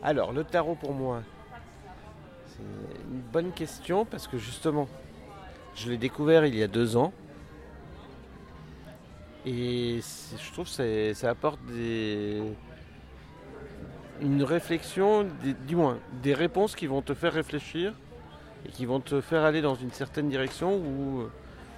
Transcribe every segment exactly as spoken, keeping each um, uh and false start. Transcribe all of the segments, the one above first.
Alors, le tarot pour moi, c'est une bonne question parce que justement, je l'ai découvert il y a deux ans. Et c'est- je trouve que c'est- ça apporte des, une réflexion, des- du moins des réponses qui vont te faire réfléchir et qui vont te faire aller dans une certaine direction ou euh,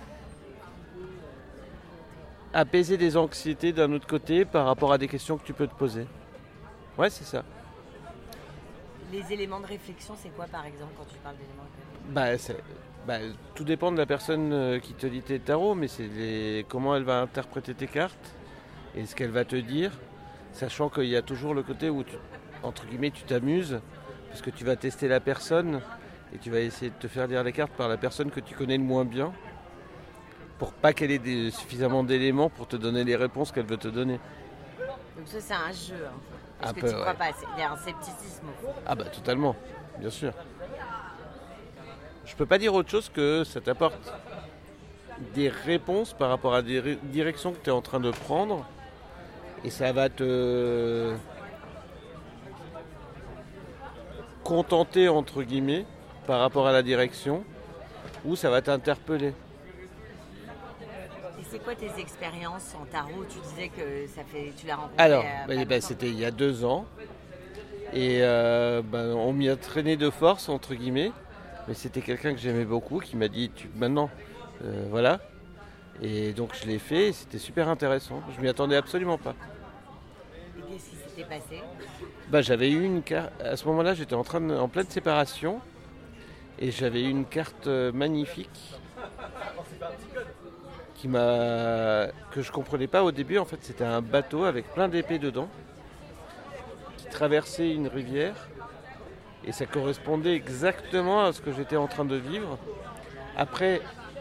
apaiser des anxiétés d'un autre côté par rapport à des questions que tu peux te poser. Ouais, c'est ça. Les éléments de réflexion, c'est quoi par exemple quand tu parles d'éléments de réflexion? Bah, c'est- bah, tout dépend de la personne euh, qui te lit tes tarots, mais c'est les- comment elle va interpréter tes cartes et ce qu'elle va te dire, sachant qu'il y a toujours le côté où, tu, entre guillemets, tu t'amuses, parce que tu vas tester la personne et tu vas essayer de te faire lire les cartes par la personne que tu connais le moins bien, pour pas qu'elle ait des- suffisamment d'éléments pour te donner les réponses qu'elle veut te donner. Donc ça c'est un jeu. Hein. Parce Un que peu, tu crois ouais. pas, c'est- il y a un scepticisme au fond. Ah bah totalement, bien sûr. Je peux pas dire autre chose que ça t'apporte des réponses par rapport à des ré- directions que tu es en train de prendre et ça va te contenter entre guillemets par rapport à la direction ou ça va t'interpeller. Et c'est quoi tes expériences en tarot? Tu disais que ça fait, tu l'as rencontré. Alors, euh, bah, pas bah, longtemps. c'était il y a deux ans et euh, bah, on m'y a traîné de force entre guillemets, mais c'était quelqu'un que j'aimais beaucoup qui m'a dit tu, maintenant euh, voilà. Et donc je l'ai fait et c'était super intéressant. Je m'y attendais absolument pas. Et qu'est-ce qui s'était passé? Bah, j'avais eu une carte. À ce moment-là, j'étais en train de... en pleine séparation et j'avais eu une carte euh, magnifique qui m'a que je comprenais pas au début. En fait, c'était un bateau avec plein d'épées dedans qui traversait une rivière et ça correspondait exactement à ce que j'étais en train de vivre. Après,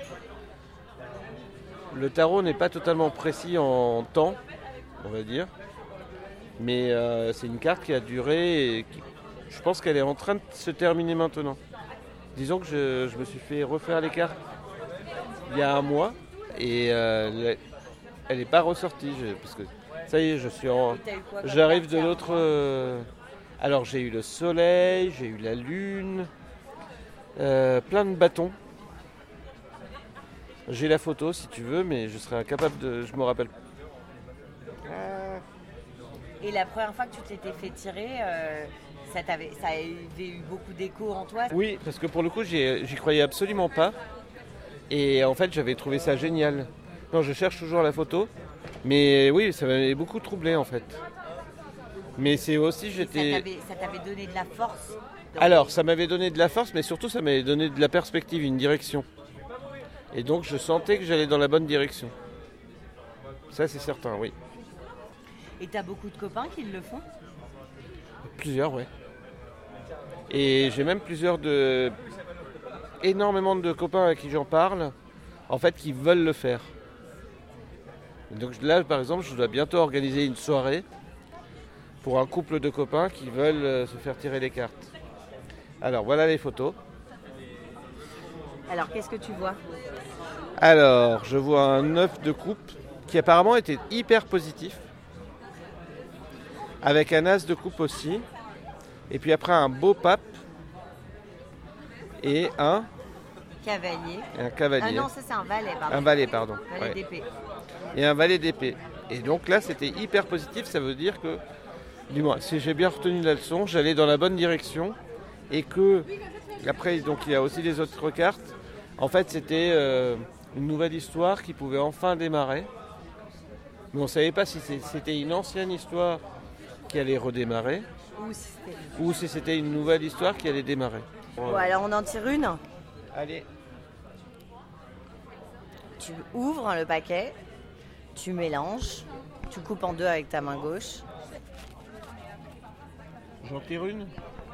le tarot n'est pas totalement précis en temps, on va dire. Mais euh, c'est une carte qui a duré et qui, je pense qu'elle est en train de se terminer maintenant. Disons que je, je me suis fait refaire les cartes il y a un mois et euh, elle n'est pas ressortie. Je- parce que ça y est, je suis en. Et t'as eu quoi comme J'arrive carte de il y a un l'autre. mois euh, Alors j'ai eu le soleil, j'ai eu la lune, euh, plein de bâtons. J'ai la photo si tu veux, mais je serais incapable de. Je me rappelle. Et la première fois que tu t'étais fait tirer, euh, ça, t'avait, ça avait eu beaucoup d'écho en toi. Oui, parce que pour le coup, j'y j'y croyais absolument pas. Et en fait, j'avais trouvé ça génial. Non, je cherche toujours la photo. Mais oui, ça m'avait beaucoup troublé en fait. Mais c'est aussi, Et ça j'étais. t'avait, ça t'avait donné de la force. dans- Alors, ça m'avait donné de la force, mais surtout, ça m'avait donné de la perspective, une direction. Et donc, je sentais que j'allais dans la bonne direction. Ça, c'est certain, oui. Et t'as beaucoup de copains qui le font? Plusieurs, ouais. Et j'ai même plusieurs de. Énormément de copains à qui j'en parle, en fait, qui veulent le faire. Et donc là, par exemple, je dois bientôt organiser une soirée pour un couple de copains qui veulent euh, se faire tirer les cartes. Alors, voilà les photos. Alors qu'est-ce que tu vois? Alors, je vois un neuf de coupe qui apparemment était hyper positif, avec un as de coupe aussi, et puis après un beau pape et un, Cavalier. un Ah cavalier. non, ça c'est un valet, pardon. Un valet, pardon. Valet Ouais. d'épée. Et un valet d'épée. Et donc là, c'était hyper positif, ça veut dire que, dis-moi, si j'ai bien retenu la leçon, j'allais dans la bonne direction et que, après, donc il y a aussi les autres cartes. En fait, c'était euh, une nouvelle histoire qui pouvait enfin démarrer. Mais on ne savait pas si c'est- c'était une ancienne histoire qui allait redémarrer Ou si c'était- ou si c'était une nouvelle histoire qui allait démarrer. Bon, alors on en tire une. Allez. Tu ouvres le paquet, tu mélanges, tu coupes en deux avec ta main gauche. J'en tire une.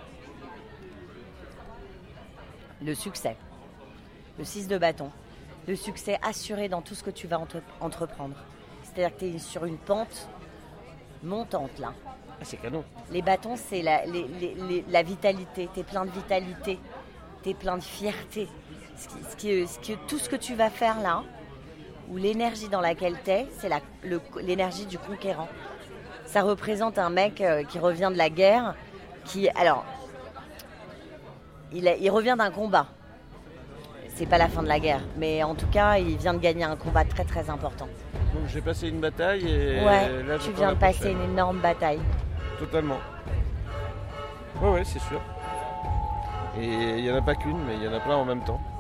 Le succès. Le six de bâton. Le succès assuré dans tout ce que tu vas entre- entreprendre. C'est-à-dire que tu es sur une pente montante là. Ah, c'est canon. Les bâtons, c'est la, les- les- les- la vitalité. Tu es plein de vitalité. Tu es plein de fierté. Ce qui, ce qui- ce qui- tout ce que tu vas faire là, ou l'énergie dans laquelle tu es, c'est la- le- l'énergie du conquérant. Ça représente un mec euh, qui revient de la guerre qui, alors, il, a, il revient d'un combat. C'est pas la fin de la guerre, mais en tout cas, il vient de gagner un combat très très important. Donc j'ai passé une bataille et ouais, là, tu viens de passer prochaine. une énorme bataille. Totalement. Ouais, ouais, c'est sûr. Et il n'y en a pas qu'une, mais il y en a plein en même temps.